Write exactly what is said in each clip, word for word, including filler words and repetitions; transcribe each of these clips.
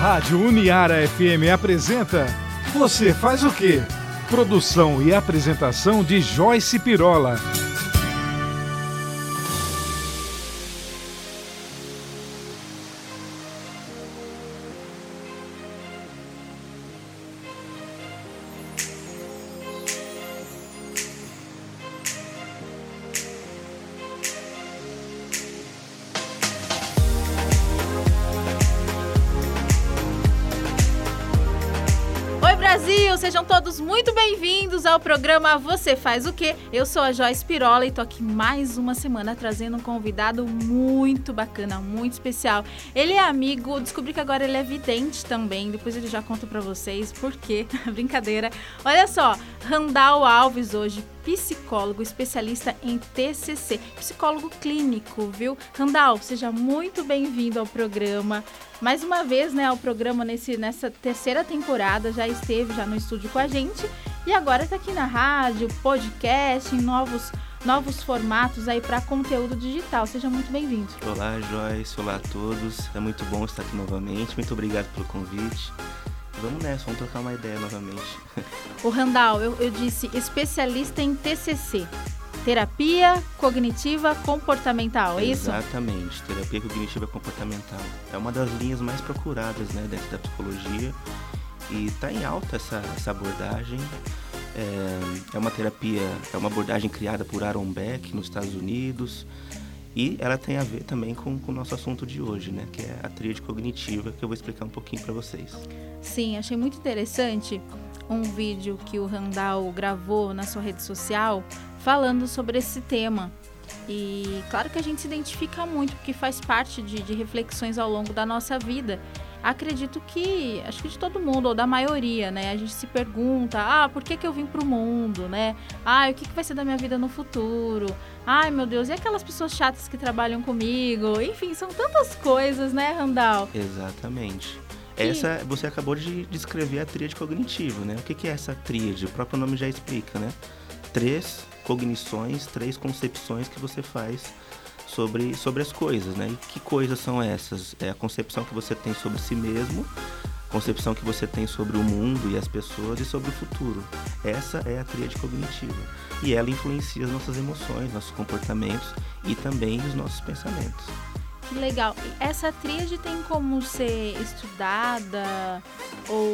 Rádio Uniara F M apresenta Você Faz o Quê? Produção e apresentação de Joyce Pirola. Sejam todos muito bem-vindos ao programa Você Faz o Quê? Eu sou a Joyce Pirola e tô aqui mais uma semana trazendo um convidado muito bacana, muito especial. Ele é amigo, descobri que agora ele é vidente também, depois ele já conta pra vocês por quê, brincadeira. Olha só, Randall Alves hoje, psicólogo, especialista em T C C, psicólogo clínico, viu? Randall, seja muito bem-vindo ao programa. Mais uma vez, né, ao programa nesse, nessa terceira temporada, já esteve já no estúdio com a gente e agora está aqui na rádio, podcast, em novos, novos formatos aí para conteúdo digital. Seja muito bem-vindo. Olá, Joyce, olá a todos. É muito bom estar aqui novamente. Muito obrigado pelo convite. Vamos nessa, vamos trocar uma ideia novamente. O Randall, eu, eu disse especialista em T C C. Terapia cognitiva comportamental, é isso? Exatamente, terapia cognitiva comportamental. É uma das linhas mais procuradas, né, dentro da psicologia e está em alta essa, essa abordagem. É, é uma terapia, é uma abordagem criada por Aaron Beck nos Estados Unidos e ela tem a ver também com, com o nosso assunto de hoje, né, que é a tríade cognitiva, que eu vou explicar um pouquinho para vocês. Sim, achei muito interessante um vídeo que o Randall gravou na sua rede social falando sobre esse tema. E claro que a gente se identifica muito, porque faz parte de, de reflexões ao longo da nossa vida. Acredito que, acho que de todo mundo, ou da maioria, né? A gente se pergunta, ah, por que que eu vim pro mundo, né? Ah, o que que vai ser da minha vida no futuro? Ai, meu Deus, e aquelas pessoas chatas que trabalham comigo? Enfim, são tantas coisas, né, Randall? Exatamente. Essa, você acabou de descrever a tríade cognitiva, né? O que que é essa tríade? O próprio nome já explica, né? Três cognições, três concepções que você faz sobre, sobre as coisas, né? E que coisas são essas? É a concepção que você tem sobre si mesmo, concepção que você tem sobre o mundo e as pessoas e sobre o futuro. Essa é a tríade cognitiva. E ela influencia as nossas emoções, nossos comportamentos e também os nossos pensamentos. Que legal. Essa tríade tem como ser estudada ou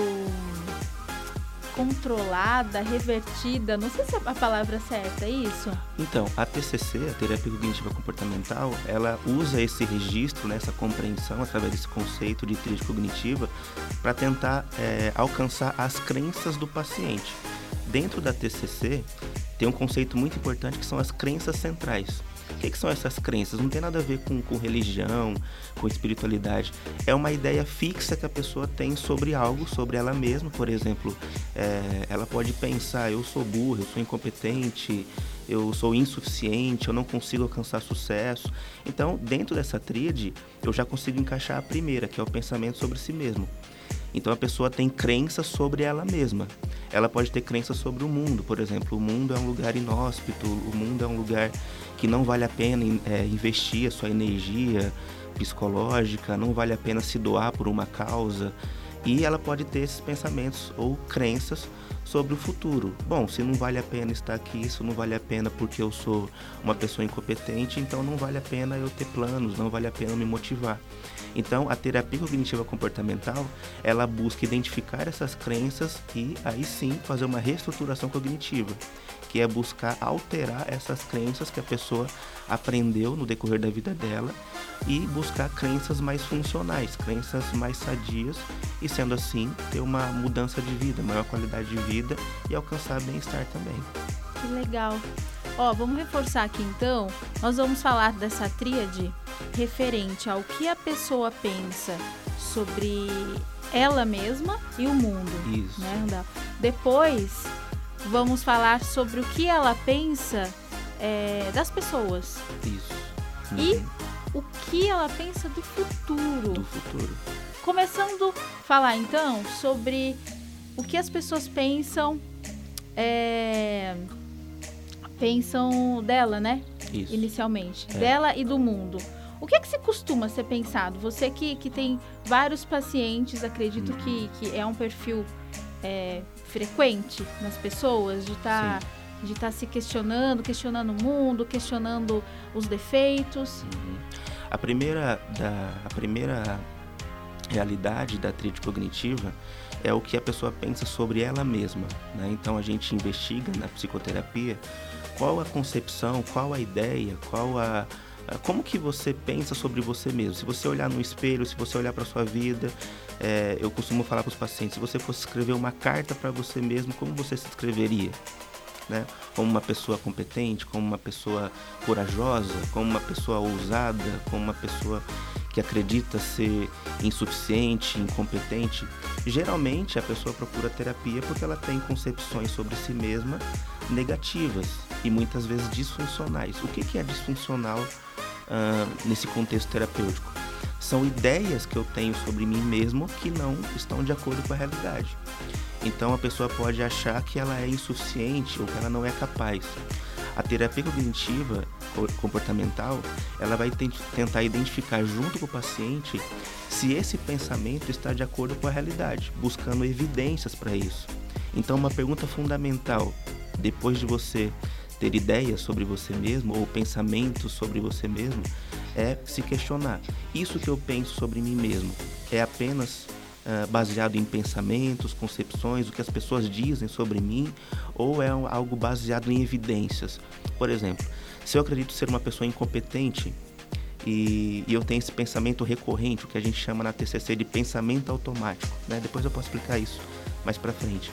controlada, revertida? Não sei se é a palavra certa, é isso? Então, a T C C, a Terapia Cognitiva Comportamental, ela usa esse registro, né, essa compreensão através desse conceito de tríade cognitiva para tentar é, alcançar as crenças do paciente. Dentro da T C C, tem um conceito muito importante que são as crenças centrais. O que, que são essas crenças? Não tem nada a ver com, com religião, com espiritualidade. É uma ideia fixa que a pessoa tem sobre algo, sobre ela mesma. Por exemplo, é, ela pode pensar, eu sou burro, eu sou incompetente, eu sou insuficiente, eu não consigo alcançar sucesso. Então, dentro dessa tríade, eu já consigo encaixar a primeira, que é o pensamento sobre si mesmo. Então a pessoa tem crenças sobre ela mesma. Ela pode ter crenças sobre o mundo, por exemplo, o mundo é um lugar inóspito, o mundo é um lugar que não vale a pena é, investir a sua energia psicológica, não vale a pena se doar por uma causa. E ela pode ter esses pensamentos ou crenças sobre o futuro. Bom, se não vale a pena estar aqui, isso não vale a pena porque eu sou uma pessoa incompetente, então não vale a pena eu ter planos, não vale a pena eu me motivar. Então, a terapia cognitiva comportamental, ela busca identificar essas crenças e aí sim fazer uma reestruturação cognitiva, que é buscar alterar essas crenças que a pessoa aprendeu no decorrer da vida dela e buscar crenças mais funcionais, crenças mais sadias e, sendo assim, ter uma mudança de vida, maior qualidade de vida e alcançar bem-estar também. Que legal. Ó, vamos reforçar aqui então, nós vamos falar dessa tríade referente ao que a pessoa pensa sobre ela mesma e o mundo. Isso. Né, Randall? Depois, vamos falar sobre o que ela pensa é, das pessoas. Isso. Uhum. E o que ela pensa do futuro. Do futuro. Começando a falar então sobre o que as pessoas pensam, é, pensam dela, né? Isso. Inicialmente. É. Dela e do mundo. O que é que você costuma ser pensado? Você que, que tem vários pacientes, acredito que, que é um perfil é, frequente nas pessoas, de estar tá, de tá se questionando, questionando o mundo, questionando os defeitos. Uhum. A primeira, da, a primeira realidade da tríade cognitiva é o que a pessoa pensa sobre ela mesma, né? Então a gente investiga na psicoterapia qual a concepção, qual a ideia, qual a, a como que você pensa sobre você mesmo. Se você olhar no espelho, se você olhar para sua vida, é, eu costumo falar para os pacientes, se você fosse escrever uma carta para você mesmo, como você se escreveria? Né? Como uma pessoa competente, como uma pessoa corajosa, como uma pessoa ousada, como uma pessoa que acredita ser insuficiente, incompetente. Geralmente a pessoa procura terapia porque ela tem concepções sobre si mesma negativas e muitas vezes disfuncionais. O que que é disfuncional uh, nesse contexto terapêutico? São ideias que eu tenho sobre mim mesmo que não estão de acordo com a realidade. Então a pessoa pode achar que ela é insuficiente ou que ela não é capaz. A terapia cognitiva comportamental, ela vai tentar identificar junto com o paciente se esse pensamento está de acordo com a realidade, buscando evidências para isso. Então uma pergunta fundamental, depois de você ter ideias sobre você mesmo ou pensamentos sobre você mesmo, é se questionar, isso que eu penso sobre mim mesmo é apenas Uh, baseado em pensamentos, concepções, o que as pessoas dizem sobre mim, ou é um, algo baseado em evidências? Por exemplo, se eu acredito ser uma pessoa incompetente e, e eu tenho esse pensamento recorrente, o que a gente chama na T C C de pensamento automático, né? Depois eu posso explicar isso mais pra frente.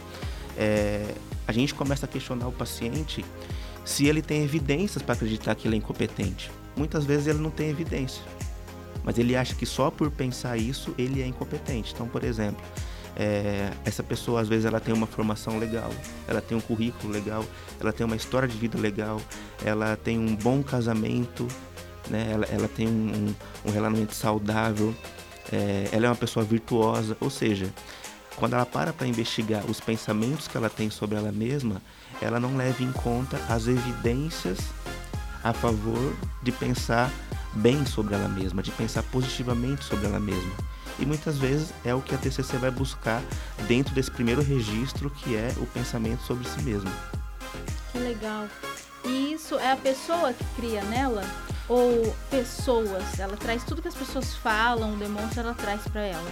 É, a gente começa a questionar o paciente se ele tem evidências para acreditar que ele é incompetente. Muitas vezes ele não tem evidência, mas ele acha que só por pensar isso ele é incompetente. Então, por exemplo, é, essa pessoa às vezes ela tem uma formação legal, ela tem um currículo legal, ela tem uma história de vida legal, ela tem um bom casamento, né? ela, ela tem um, um relacionamento saudável, é, ela é uma pessoa virtuosa, ou seja, quando ela para para investigar os pensamentos que ela tem sobre ela mesma, ela não leva em conta as evidências a favor de pensar bem sobre ela mesma, de pensar positivamente sobre ela mesma. E muitas vezes é o que a T C C vai buscar dentro desse primeiro registro, que é o pensamento sobre si mesmo. Que legal. E isso é a pessoa que cria nela? Ou pessoas? Ela traz tudo que as pessoas falam, demonstram, ela traz para ela?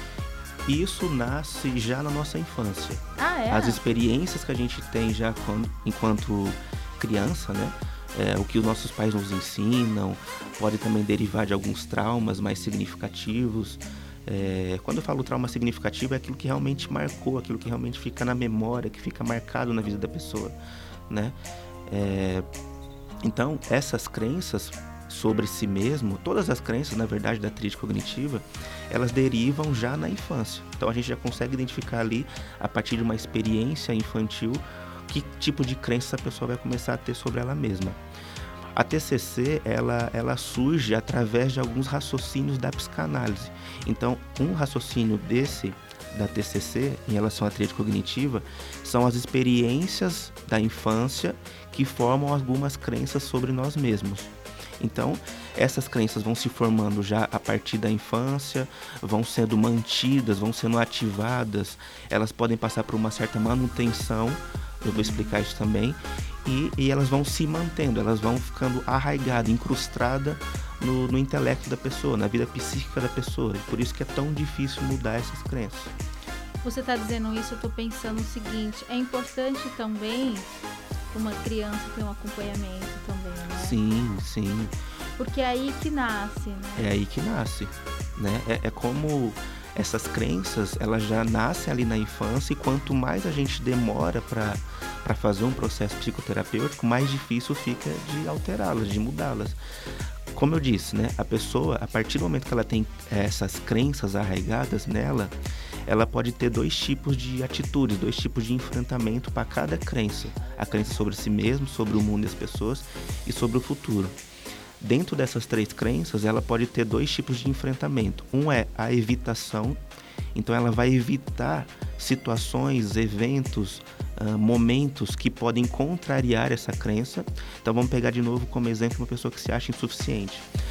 Isso nasce já na nossa infância. Ah, é? As experiências que a gente tem já quando, enquanto criança, né? É, o que os nossos pais nos ensinam, pode também derivar de alguns traumas mais significativos. É, quando eu falo trauma significativo, é aquilo que realmente marcou, aquilo que realmente fica na memória, que fica marcado na vida da pessoa, né? É, então, essas crenças sobre si mesmo, todas as crenças, na verdade, da tríade cognitiva, elas derivam já na infância. Então, a gente já consegue identificar ali, a partir de uma experiência infantil, que tipo de crença a pessoa vai começar a ter sobre ela mesma. A T C C, ela, ela surge através de alguns raciocínios da psicanálise. Então, um raciocínio desse, da T C C, em relação à tríade cognitiva, são as experiências da infância que formam algumas crenças sobre nós mesmos. Então, essas crenças vão se formando já a partir da infância, vão sendo mantidas, vão sendo ativadas, elas podem passar por uma certa manutenção, eu vou explicar isso também, e, e elas vão se mantendo, elas vão ficando arraigadas, incrustadas no, no intelecto da pessoa, na vida psíquica da pessoa, e por isso que é tão difícil mudar essas crenças. Você está dizendo isso, eu estou pensando o seguinte, é importante também uma criança ter um acompanhamento também, né? Sim, sim. Porque é aí que nasce, né? É aí que nasce, né? É, é como essas crenças, elas já nascem ali na infância, e quanto mais a gente demora para para fazer um processo psicoterapêutico, mais difícil fica de alterá-las, de mudá-las. Como eu disse, né? A pessoa, a partir do momento que ela tem essas crenças arraigadas nela, ela pode ter dois tipos de atitudes, dois tipos de enfrentamento para cada crença. A crença sobre si mesmo, sobre o mundo e as pessoas, e sobre o futuro. Dentro dessas três crenças, ela pode ter dois tipos de enfrentamento. Um é a evitação, então ela vai evitar situações, eventos, uh, momentos que podem contrariar essa crença. Então vamos pegar de novo como exemplo uma pessoa que se acha insuficiente.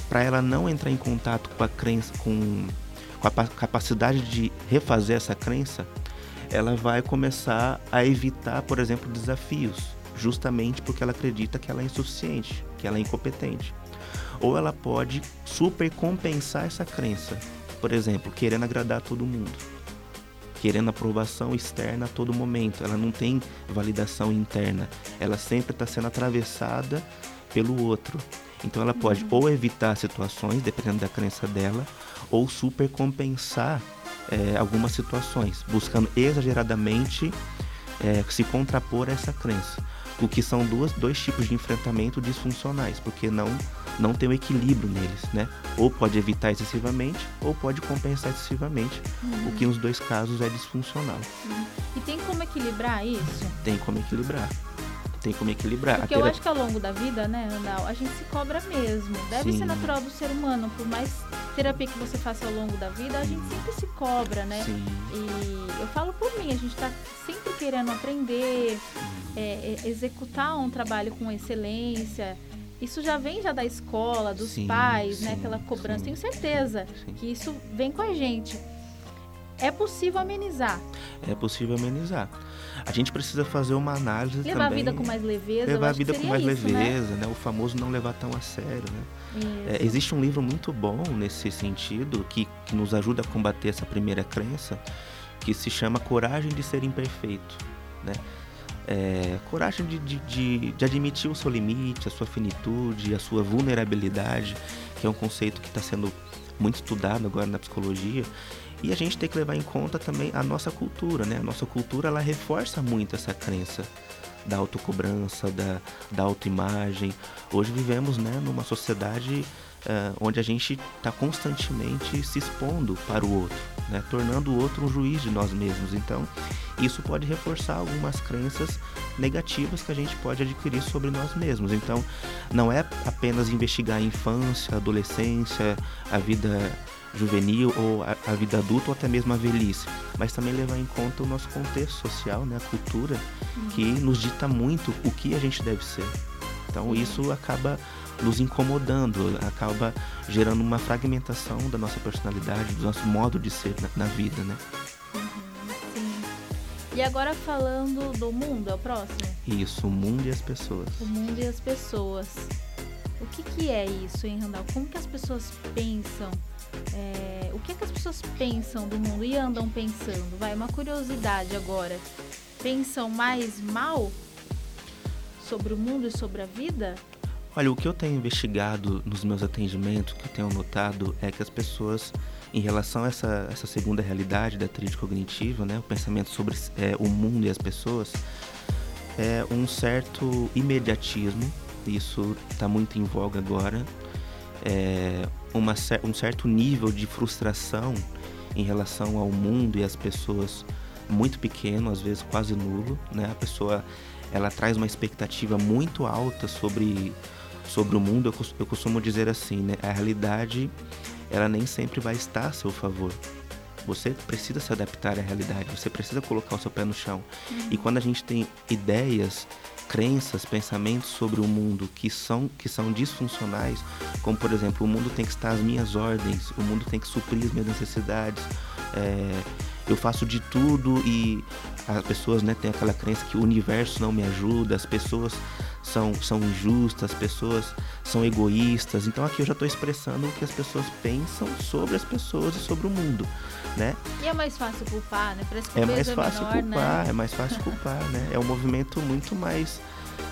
para ela não entrar em contato com a crença, com, com a capacidade de refazer essa crença, ela vai começar a evitar, por exemplo, desafios, justamente porque ela acredita que ela é insuficiente, que ela é incompetente. Ou ela pode supercompensar essa crença, por exemplo, querendo agradar todo mundo, querendo aprovação externa a todo momento. Ela não tem validação interna, ela sempre está sendo atravessada pelo outro. Então ela pode uhum. ou evitar situações, dependendo da crença dela, ou supercompensar é, algumas situações, buscando exageradamente é, se contrapor a essa crença. O que são duas, dois tipos de enfrentamento disfuncionais, porque não, não tem um equilíbrio neles, né? Ou pode evitar excessivamente, ou pode compensar excessivamente, uhum. o que nos dois casos é disfuncional. Uhum. E tem como equilibrar isso? Tem como equilibrar. Tem como equilibrar. Porque eu acho que ao longo da vida, né, Andal, a gente se cobra mesmo. Deve Sim. ser natural do ser humano. Por mais terapia que você faça ao longo da vida, a gente sempre se cobra, né? Sim. E eu falo por mim, a gente tá sempre querendo aprender, é, é, executar um trabalho com excelência. Isso já vem já da escola, dos sim, pais, sim, né? Aquela cobrança. Sim. Tenho certeza sim. que isso vem com a gente. É possível amenizar. É possível amenizar. A gente precisa fazer uma análise levar também. Levar a vida com mais leveza. Levar a vida com mais isso, leveza, né? né? O famoso não levar tão a sério, né? É, existe um livro muito bom nesse sentido, que, que nos ajuda a combater essa primeira crença, que se chama Coragem de Ser Imperfeito, né? É, coragem de, de, de, de admitir o seu limite, a sua finitude, a sua vulnerabilidade, que é um conceito que está sendo muito estudado agora na psicologia. E a gente tem que levar em conta também a nossa cultura, né? A nossa cultura, ela reforça muito essa crença da autocobrança, da, da autoimagem. Hoje vivemos, né, numa sociedade uh, onde a gente está constantemente se expondo para o outro, né? Tornando o outro um juiz de nós mesmos. Então, isso pode reforçar algumas crenças negativas que a gente pode adquirir sobre nós mesmos. Então, não é apenas investigar a infância, a adolescência, a vida juvenil ou a, a vida adulta ou até mesmo a velhice, mas também levar em conta o nosso contexto social, né, a cultura, uhum. que nos dita muito o que a gente deve ser. Então isso acaba nos incomodando, acaba gerando uma fragmentação da nossa personalidade, do nosso modo de ser na, na vida, né? Uhum, sim. E agora falando do mundo, é o próximo? Isso, o mundo e as pessoas. O mundo e as pessoas. O que que é isso, hein, Randall? Como que as pessoas pensam? É, o que, é que as pessoas pensam do mundo e andam pensando? Vai, uma curiosidade agora. Pensam mais mal sobre o mundo e sobre a vida? Olha, o que eu tenho investigado nos meus atendimentos, que eu tenho notado, é que as pessoas, em relação a essa, essa segunda realidade da tríade cognitiva, né, o pensamento sobre é, o mundo e as pessoas, é um certo imediatismo. Isso está muito em voga agora. É, uma, um certo nível de frustração em relação ao mundo e às pessoas muito pequeno, às vezes quase nulo, né? A pessoa, ela traz uma expectativa muito alta sobre, sobre o mundo. Eu, eu costumo dizer assim, né? A realidade, ela nem sempre vai estar a seu favor. Você precisa se adaptar à realidade, você precisa colocar o seu pé no chão. Uhum. E quando a gente tem ideias, crenças, pensamentos sobre o mundo que são, que são disfuncionais, como por exemplo, o mundo tem que estar às minhas ordens, o mundo tem que suprir as minhas necessidades, é, eu faço de tudo e as pessoas, né, têm aquela crença que o universo não me ajuda, as pessoas são, são injustas, as pessoas são egoístas. Então aqui eu já estou expressando o que as pessoas pensam sobre as pessoas e sobre o mundo, né? E é mais fácil culpar, né? Parece que o é mais peso fácil é menor, culpar, né? É mais fácil culpar, né? É um movimento muito mais...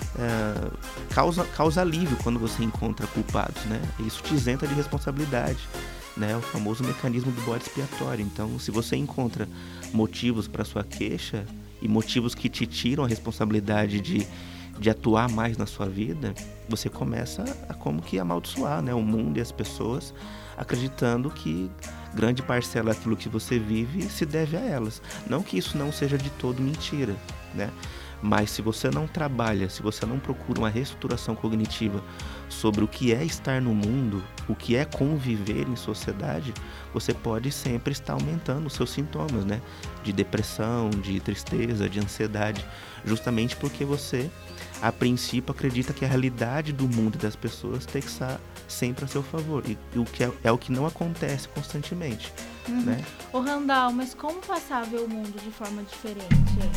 É, causa, causa alívio quando você encontra culpados, né? Isso te isenta de responsabilidade, né? O famoso mecanismo do bode expiatório. Então, se você encontra motivos para sua queixa e motivos que te tiram a responsabilidade de, de atuar mais na sua vida, você começa a como que amaldiçoar, né, o mundo e as pessoas, acreditando que grande parcela daquilo que você vive se deve a elas. Não que isso não seja de todo mentira, né? Mas se você não trabalha, se você não procura uma reestruturação cognitiva sobre o que é estar no mundo, o que é conviver em sociedade, você pode sempre estar aumentando os seus sintomas, né? De depressão, de tristeza, de ansiedade, justamente porque você, a princípio, acredita que a realidade do mundo e das pessoas tem que estar sempre a seu favor, e, e o que é, é o que não acontece constantemente, uhum. né? Ô Randall, mas como passar a ver o mundo de forma diferente, hein?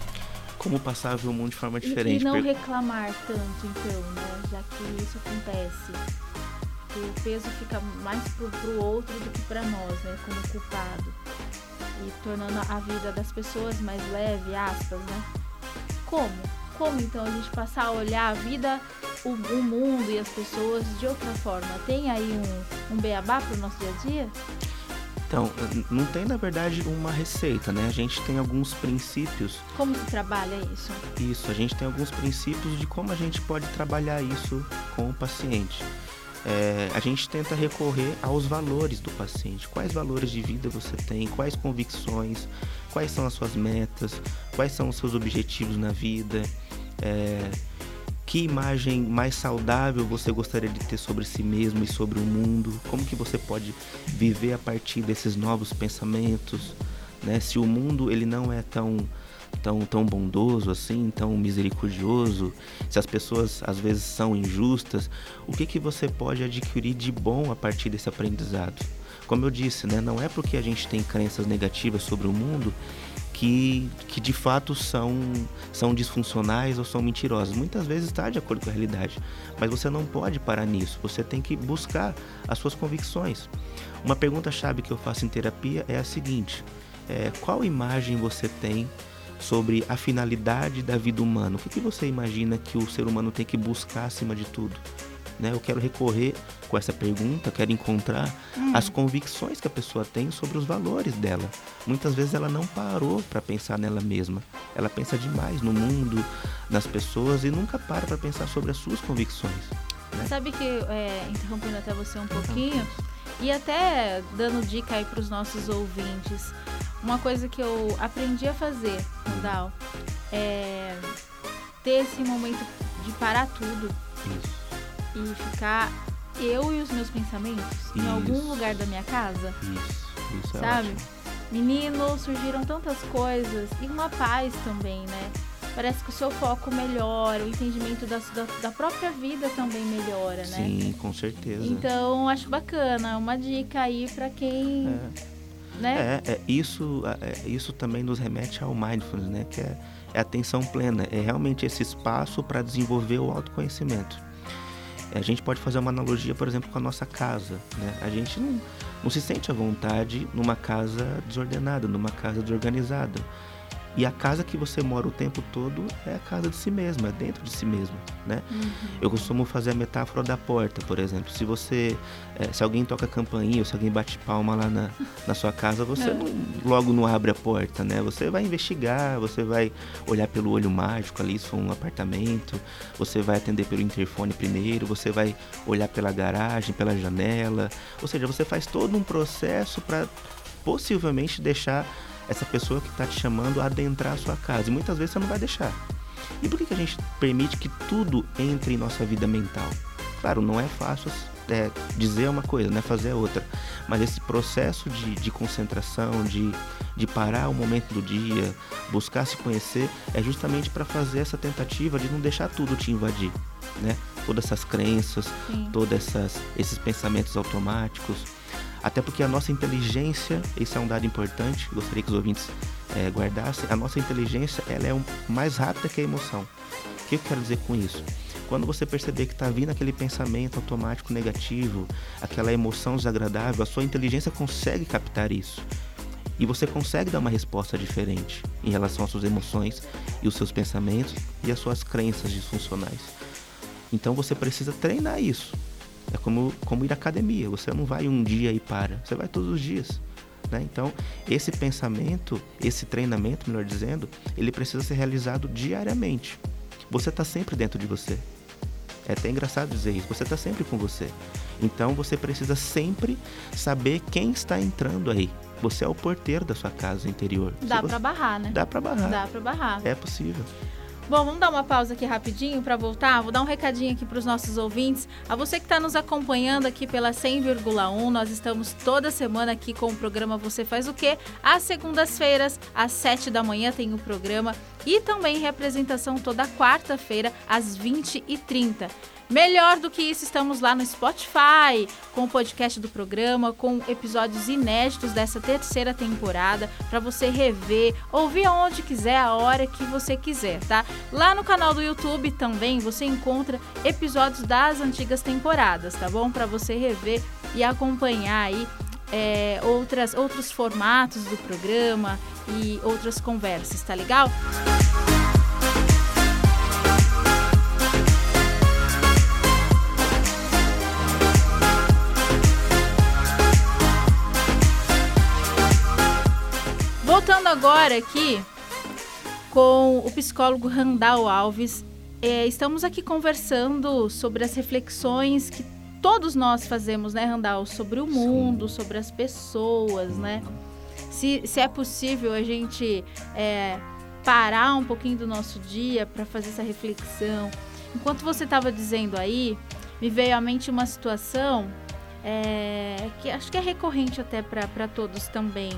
Como passar a ver o mundo de forma diferente. E, e não per... reclamar tanto, então, né? Já que isso acontece. Que o peso fica mais pro, pro outro do que pra nós, né? Como culpado. E tornando a vida das pessoas mais leve, aspas, né? Como? Como, então, a gente passar a olhar a vida, o, o mundo e as pessoas de outra forma? Tem aí um, um beabá pro nosso dia a dia? Então, não tem, na verdade, uma receita, né? A gente tem alguns princípios. Como se trabalha isso? Isso, a gente tem alguns princípios de como a gente pode trabalhar isso com o paciente. É, a gente tenta recorrer aos valores do paciente. Quais valores de vida você tem? Quais convicções? Quais são as suas metas? Quais são os seus objetivos na vida? É, que imagem mais saudável você gostaria de ter sobre si mesmo e sobre o mundo? Como que você pode viver a partir desses novos pensamentos, né? Se o mundo ele não é tão, tão, tão bondoso assim, tão misericordioso, se as pessoas às vezes são injustas, o que que você pode adquirir de bom a partir desse aprendizado? Como eu disse, né? Não é porque a gente tem crenças negativas sobre o mundo Que, que de fato são, são disfuncionais ou são mentirosas. Muitas vezes está de acordo com a realidade, mas você não pode parar nisso, você tem que buscar as suas convicções. Uma pergunta-chave que eu faço em terapia é a seguinte: é, qual imagem você tem sobre a finalidade da vida humana? O que, que você imagina que o ser humano tem que buscar acima de tudo? Né? Eu quero recorrer com essa pergunta, quero encontrar hum. as convicções que a pessoa tem sobre os valores dela. Muitas vezes ela não parou para pensar nela mesma. Ela pensa demais no mundo, nas pessoas e nunca para para pensar sobre as suas convicções. Né? Sabe que, é, interrompendo até você um pouquinho, e até dando dica aí para os nossos ouvintes, uma coisa que eu aprendi a fazer, Randall, é ter esse momento de parar tudo. Isso. E ficar eu e os meus pensamentos isso. em algum lugar da minha casa. Isso, isso é sabe? ótimo. Menino, surgiram tantas coisas e uma paz também, né? Parece que o seu foco melhora, o entendimento da, da, da própria vida também melhora, né? Sim, com certeza. Então, acho bacana, uma dica aí pra quem... É. Né? É, é, isso, é, isso também nos remete ao mindfulness, né? Que é, é a atenção plena, é realmente esse espaço para desenvolver o autoconhecimento. A gente pode fazer uma analogia, por exemplo, com a nossa casa, né? A gente não, não se sente à vontade numa casa desordenada, numa casa desorganizada. E a casa que você mora o tempo todo é a casa de si mesmo, é dentro de si mesmo, né? Uhum. Eu costumo fazer a metáfora da porta, por exemplo. Se você, é, se alguém toca campainha ou se alguém bate palma lá na, na sua casa, você é. não, logo não abre a porta, né? Você vai investigar, você vai olhar pelo olho mágico ali, se for um apartamento, você vai atender pelo interfone primeiro, você vai olhar pela garagem, pela janela. Ou seja, você faz todo um processo para possivelmente deixar essa pessoa que está te chamando a adentrar a sua casa. E muitas vezes você não vai deixar. E por que, que a gente permite que tudo entre em nossa vida mental? Claro, não é fácil é, dizer uma coisa, né? Fazer outra. Mas esse processo de, de concentração, de, de parar o momento do dia, buscar se conhecer, é justamente para fazer essa tentativa de não deixar tudo te invadir, né? Todas essas crenças, todos esses pensamentos automáticos. Até porque a nossa inteligência, esse é um dado importante, gostaria que os ouvintes é, guardassem, a nossa inteligência ela é um, mais rápida que a emoção. O que eu quero dizer com isso? Quando você perceber que está vindo aquele pensamento automático negativo, aquela emoção desagradável, a sua inteligência consegue captar isso. E você consegue dar uma resposta diferente em relação às suas emoções e os seus pensamentos e as suas crenças disfuncionais. Então você precisa treinar isso. É como, como ir à academia, você não vai um dia e para, você vai todos os dias, né? Então, esse pensamento, esse treinamento, melhor dizendo, ele precisa ser realizado diariamente. Você está sempre dentro de você. É até engraçado dizer isso, você está sempre com você. Então, você precisa sempre saber quem está entrando aí. Você é o porteiro da sua casa interior. Dá você... para barrar, né? Dá para barrar. Dá para barrar. É possível. Bom, vamos dar uma pausa aqui rapidinho para voltar. Vou dar um recadinho aqui para os nossos ouvintes. A você que está nos acompanhando aqui pela cem vírgula um, nós estamos toda semana aqui com o programa Você Faz o Quê? Às segundas-feiras, às sete da manhã tem o programa e também representação toda quarta-feira, às vinte e trinta. Melhor do que isso, estamos lá no Spotify, com o podcast do programa, com episódios inéditos dessa terceira temporada, para você rever, ouvir aonde quiser, a hora que você quiser, tá? Lá no canal do YouTube também você encontra episódios das antigas temporadas, tá bom? Para você rever e acompanhar aí é, outras, outros formatos do programa e outras conversas, tá legal? Voltando agora aqui com o psicólogo Randall Alves, é, estamos aqui conversando sobre as reflexões que todos nós fazemos, né, Randall? Sobre o mundo, sobre as pessoas, né? Se, se é possível a gente é, parar um pouquinho do nosso dia para fazer essa reflexão. Enquanto você estava dizendo aí, me veio à mente uma situação é, que acho que é recorrente até para todos também.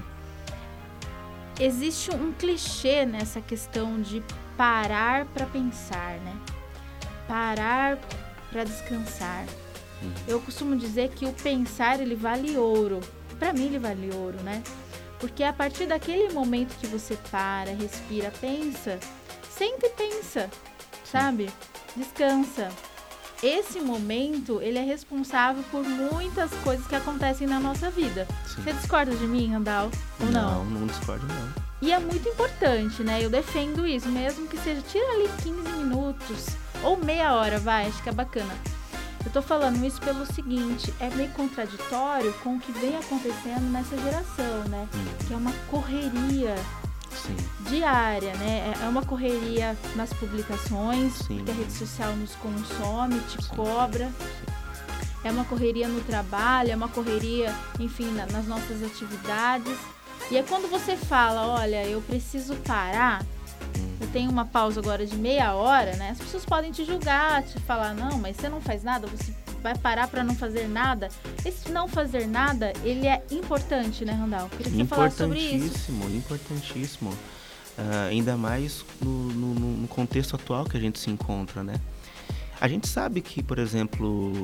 Existe um clichê nessa questão de parar para pensar, né? Parar para descansar. Uhum. Eu costumo dizer que o pensar, ele vale ouro. Para mim, ele vale ouro, né? Porque a partir daquele momento que você para, respira, pensa, senta e pensa, sabe? Descansa. Esse momento, ele é responsável por muitas coisas que acontecem na nossa vida. Sim. Você discorda de mim, Randall? Ou não? Não, não discordo, não. E é muito importante, né? Eu defendo isso, mesmo que seja, tira ali quinze minutos ou meia hora, vai, acho que é bacana. Eu tô falando isso pelo seguinte, é meio contraditório com o que vem acontecendo nessa geração, né? Hum. Que é uma correria Sim. diária, né? É uma correria nas publicações, Sim. porque a rede social nos consome, te Sim. cobra. Sim. É uma correria no trabalho, é uma correria, enfim, na, nas nossas atividades. E é quando você fala, olha, eu preciso parar, eu tenho uma pausa agora de meia hora, né? As pessoas podem te julgar, te falar, não, mas você não faz nada, você vai parar para não fazer nada. Esse não fazer nada, ele é importante, né, Randall? Queria que você falasse sobre isso. Importantíssimo, importantíssimo. Uh, ainda mais no, no, no contexto atual que a gente se encontra, né? A gente sabe que, por exemplo,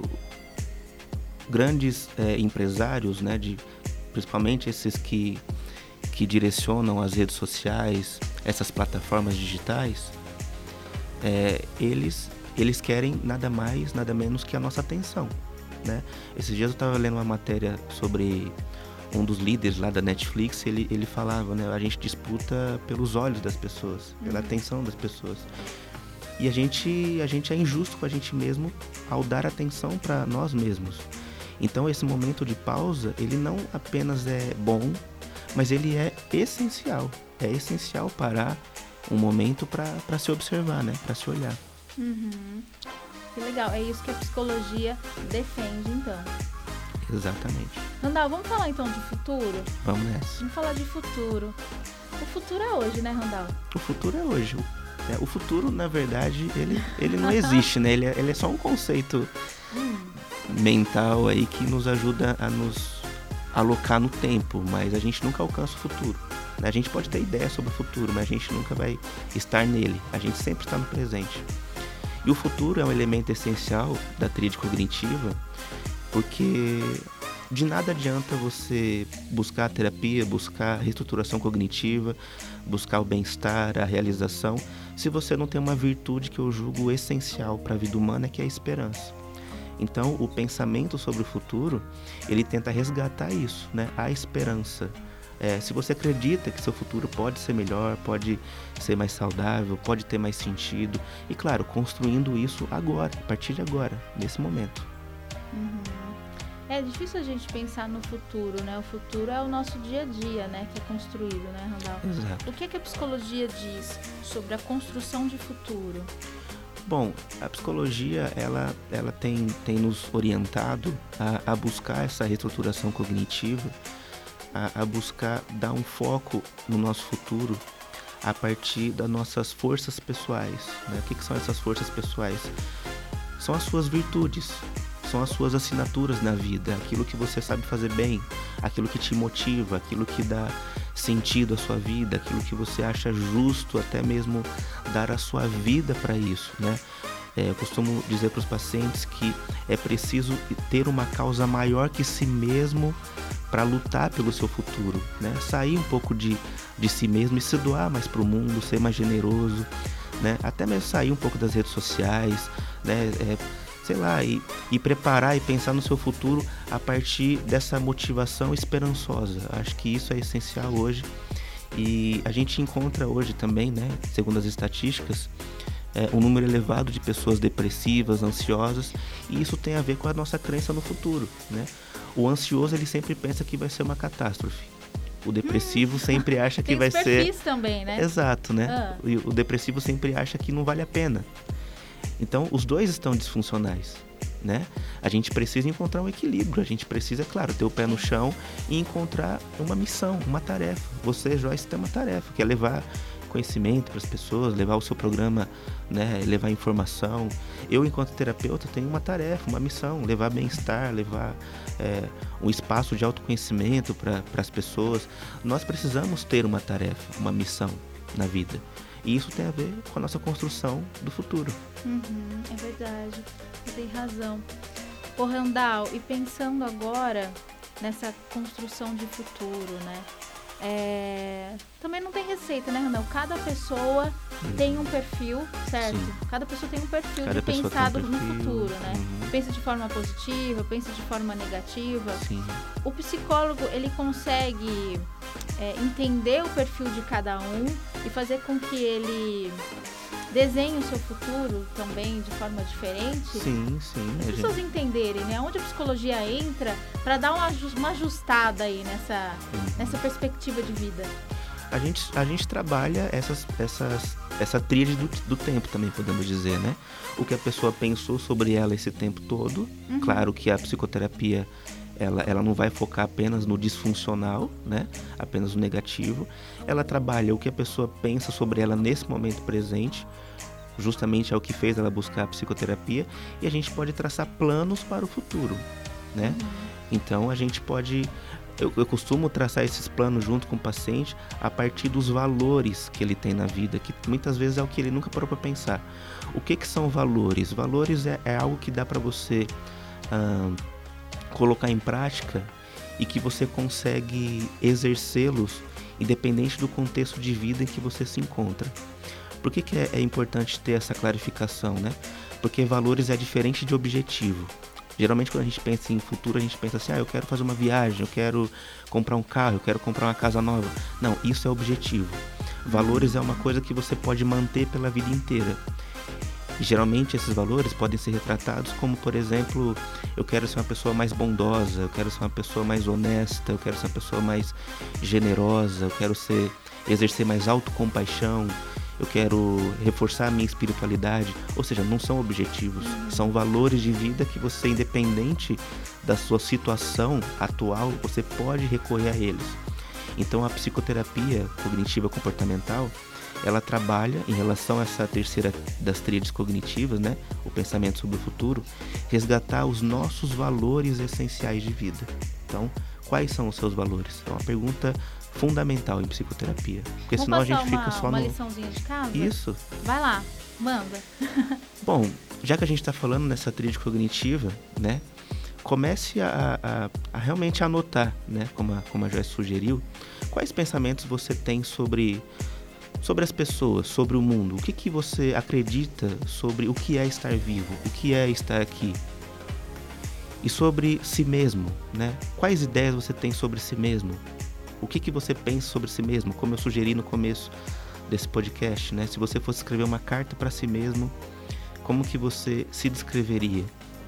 grandes é, empresários, né, de, principalmente esses que, que direcionam as redes sociais, essas plataformas digitais, é, eles, eles querem nada mais, nada menos que a nossa atenção, né? Esses dias eu estava lendo uma matéria sobre um dos líderes lá da Netflix, ele, ele falava, né, a gente disputa pelos olhos das pessoas, pela uhum. atenção das pessoas. E a gente, a gente é injusto com a gente mesmo ao dar atenção para nós mesmos. Então esse momento de pausa, ele não apenas é bom, mas ele é essencial. É essencial parar um momento para se observar, né? Para se olhar. Uhum. Que legal. É isso que a psicologia defende, então. Exatamente. Randall, vamos falar então de futuro? Vamos nessa. Vamos falar de futuro. O futuro é hoje, né, Randall? O futuro é hoje. É, o futuro, na verdade, ele, ele não existe, né? Ele é, ele é só um conceito hum. mental aí que nos ajuda a nos alocar no tempo, mas a gente nunca alcança o futuro. A gente pode ter ideia sobre o futuro, mas a gente nunca vai estar nele. A gente sempre está no presente. E o futuro é um elemento essencial da tríade cognitiva, porque de nada adianta você buscar a terapia, buscar a reestruturação cognitiva, buscar o bem-estar, a realização, se você não tem uma virtude que eu julgo essencial para a vida humana, que é a esperança. Então, o pensamento sobre o futuro, ele tenta resgatar isso, né? A esperança. É, se você acredita que seu futuro pode ser melhor, pode ser mais saudável, pode ter mais sentido, e claro, construindo isso agora, a partir de agora, nesse momento. Uhum. É difícil a gente pensar no futuro, né? O futuro é o nosso dia a dia, né? Que é construído, né, Randall? Exato. O que é que a psicologia diz sobre a construção de futuro? Bom, a psicologia, ela, ela tem, tem nos orientado a, a buscar essa reestruturação cognitiva, a, a buscar dar um foco no nosso futuro, a partir das nossas forças pessoais, né? O que, que são essas forças pessoais? São as suas virtudes, são as suas assinaturas na vida, aquilo que você sabe fazer bem, aquilo que te motiva, aquilo que dá sentido à sua vida, aquilo que você acha justo até mesmo dar a sua vida para isso, né? É, eu costumo dizer para os pacientes que é preciso ter uma causa maior que si mesmo para lutar pelo seu futuro, né? Sair um pouco de, de si mesmo e se doar mais para o mundo, ser mais generoso, né? Até mesmo sair um pouco das redes sociais, né? É, sei lá, e, e preparar e pensar no seu futuro a partir dessa motivação esperançosa. Acho que isso é essencial hoje. E a gente encontra hoje também, né, segundo as estatísticas, é, um número elevado de pessoas depressivas, ansiosas, e isso tem a ver com a nossa crença no futuro, né? O ansioso, ele sempre pensa que vai ser uma catástrofe. O depressivo hum. sempre acha que vai ser... também, né? Exato, né? Ah. O, o depressivo sempre acha que não vale a pena. Então, os dois estão disfuncionais, né? A gente precisa encontrar um equilíbrio, a gente precisa, claro, ter o pé no chão e encontrar uma missão, uma tarefa. Você, Joyce, tem uma tarefa, que é levar conhecimento para as pessoas, levar o seu programa, né, levar informação. Eu, enquanto terapeuta, tenho uma tarefa, uma missão, levar bem-estar, levar é, um espaço de autoconhecimento para as pessoas. Nós precisamos ter uma tarefa, uma missão na vida. E isso tem a ver com a nossa construção do futuro. Uhum, é verdade, você tem razão. Ô Randall, e pensando agora nessa construção de futuro, né? É... Também não tem receita, né, Randall? Cada pessoa uhum. tem um perfil, certo? Sim. Cada pessoa tem um perfil Cada de pensado um perfil. no futuro, né? Uhum. Pensa de forma positiva, pensa de forma negativa. Sim. O psicólogo, ele consegue é, entender o perfil de cada um e fazer com que ele desenhe o seu futuro também de forma diferente? Sim, sim. As pessoas gente... entenderem, né? Onde a psicologia entra para dar uma, uma ajustada aí nessa, uhum. nessa perspectiva de vida. A gente, a gente trabalha essas, essas, essa tríade do, do tempo também, podemos dizer, né? O que a pessoa pensou sobre ela esse tempo todo. Uhum. Claro que a psicoterapia, ela, ela não vai focar apenas no disfuncional, né? Apenas no negativo. Ela trabalha o que a pessoa pensa sobre ela nesse momento presente. Justamente é o que fez ela buscar a psicoterapia. E a gente pode traçar planos para o futuro, né? Uhum. Então a gente pode... Eu, eu costumo traçar esses planos junto com o paciente a partir dos valores que ele tem na vida, que muitas vezes é o que ele nunca parou para pensar. O que, que são valores? Valores é, é algo que dá para você hum, colocar em prática e que você consegue exercê-los independente do contexto de vida em que você se encontra. Por que, que é, é importante ter essa clarificação, né? Porque valores é diferente de objetivo. Geralmente quando a gente pensa em futuro, a gente pensa assim, ah, eu quero fazer uma viagem, eu quero comprar um carro, eu quero comprar uma casa nova. Não, isso é objetivo. Valores é uma coisa que você pode manter pela vida inteira. E geralmente esses valores podem ser retratados como, por exemplo, eu quero ser uma pessoa mais bondosa, eu quero ser uma pessoa mais honesta, eu quero ser uma pessoa mais generosa, eu quero ser, exercer mais autocompaixão, eu quero reforçar a minha espiritualidade. Ou seja, não são objetivos, uhum. são valores de vida que você, independente da sua situação atual, você pode recorrer a eles. Então a psicoterapia cognitiva comportamental, ela trabalha em relação a essa terceira das tríades cognitivas, né? O pensamento sobre o futuro, resgatar os nossos valores essenciais de vida. Então, quais são os seus valores? É uma pergunta fundamental em psicoterapia, porque Vamos senão a gente uma, fica só uma no... liçãozinha de casa? Isso. Vai lá, manda. Bom, já que a gente está falando nessa tríade cognitiva, né? Comece a, a, a realmente anotar, né? Como a, como a Joyce sugeriu, quais pensamentos você tem sobre, sobre as pessoas, sobre o mundo. O que, que você acredita sobre o que é estar vivo, o que é estar aqui. E sobre si mesmo, né? Quais ideias você tem sobre si mesmo? O que, que você pensa sobre si mesmo? Como eu sugeri no começo desse podcast, né? Se você fosse escrever uma carta para si mesmo, como que você se descreveria?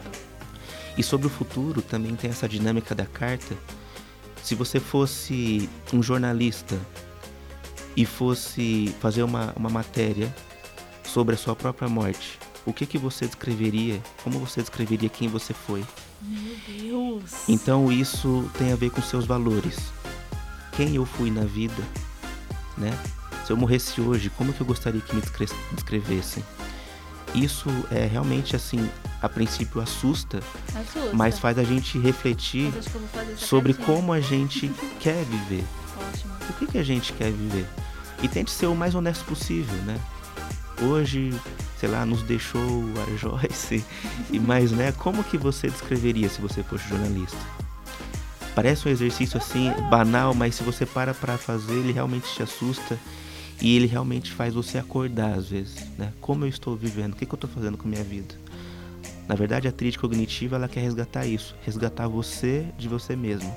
E sobre o futuro também tem essa dinâmica da carta. Se você fosse um jornalista e fosse fazer uma, uma matéria sobre a sua própria morte, o que, que você descreveria? Como você descreveria quem você foi? Meu Deus! Então isso tem a ver com seus valores. Quem eu fui na vida, né? Se eu morresse hoje, como que eu gostaria que me descrevessem? Isso é realmente, assim, a princípio assusta, assusta. Mas faz a gente refletir sobre cartinha. Como a gente quer viver. Ótimo. O que, que a gente quer viver? E tente ser o mais honesto possível, né? Hoje, sei lá, nos deixou a Joyce, e mais, né? Como que você descreveria se você fosse jornalista? Parece um exercício, assim, banal, mas se você para para fazer, ele realmente te assusta. E ele realmente faz você acordar, às vezes, né? Como eu estou vivendo? O que, que eu estou fazendo com a minha vida? Na verdade, a tríade cognitiva, ela quer resgatar isso. Resgatar você de você mesmo.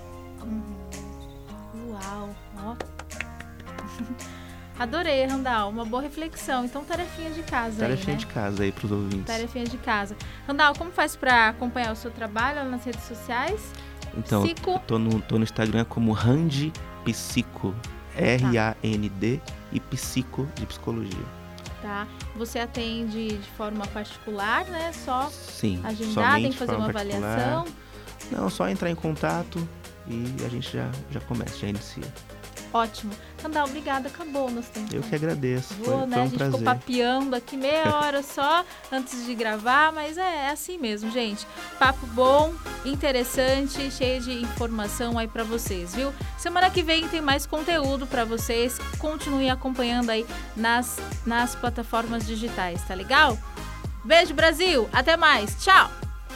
Uau! Ó. Adorei, Randall. Uma boa reflexão. Então, tarefinha de casa tarefinha aí, né? de casa aí pros ouvintes. Tarefinha de casa. Randall, como faz para acompanhar o seu trabalho nas redes sociais? Então, Psico... eu tô no, tô no Instagram como Rand Psico. R A N D e Psico de psicologia. Tá. Você atende de forma particular, né? Só Sim, agendar, tem que fazer uma avaliação? Não, só entrar em contato e a gente já, já começa, já inicia. Ótimo. Randall, obrigada. Acabou o nosso tempo. Eu que agradeço. Vou, foi, né? foi um a gente prazer. ficou papeando aqui meia hora só antes de gravar, mas é, é assim mesmo, gente. Papo bom, interessante, cheio de informação aí pra vocês, viu? Semana que vem tem mais conteúdo pra vocês. Continue acompanhando aí nas, nas plataformas digitais, tá legal? Beijo, Brasil. Até mais. Tchau.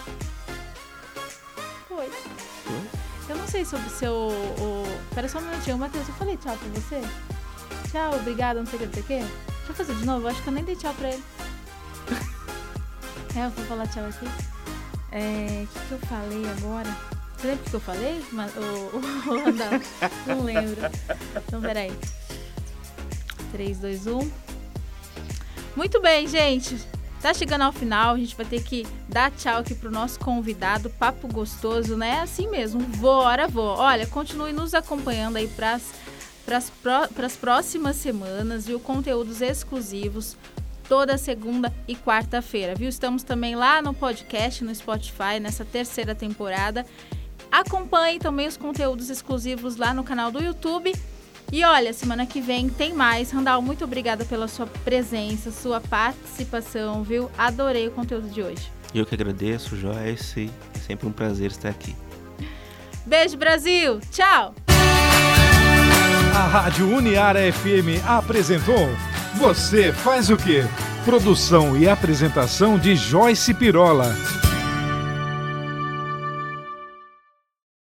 Foi. Foi? Eu não sei sobre o seu... O... Pera só um minutinho, Matheus, eu falei tchau pra você? Tchau, obrigada, não sei o que, não sei o que. Deixa eu fazer de novo, eu acho que eu nem dei tchau pra ele. É, eu vou falar tchau aqui. É... O que, que eu falei agora? Você lembra o que eu falei? O, o, o Randall? Não lembro. Então, peraí. três, dois, um. Muito bem, gente. Tá chegando ao final, a gente vai ter que dar tchau aqui pro nosso convidado, papo gostoso, né? Assim mesmo, bora, vou. Olha, continue nos acompanhando aí pras, pras, pró, pras próximas semanas, viu? Conteúdos exclusivos toda segunda e quarta-feira, viu? Estamos também lá no podcast, no Spotify, nessa terceira temporada. Acompanhe também os conteúdos exclusivos lá no canal do YouTube. E olha, semana que vem tem mais. Randall, muito obrigada pela sua presença, sua participação, viu? Adorei o conteúdo de hoje. Eu que agradeço, Joyce. É sempre um prazer estar aqui. Beijo, Brasil. Tchau. A Rádio Uniara F M apresentou Você Faz o Quê? Produção e apresentação de Joyce Pirola.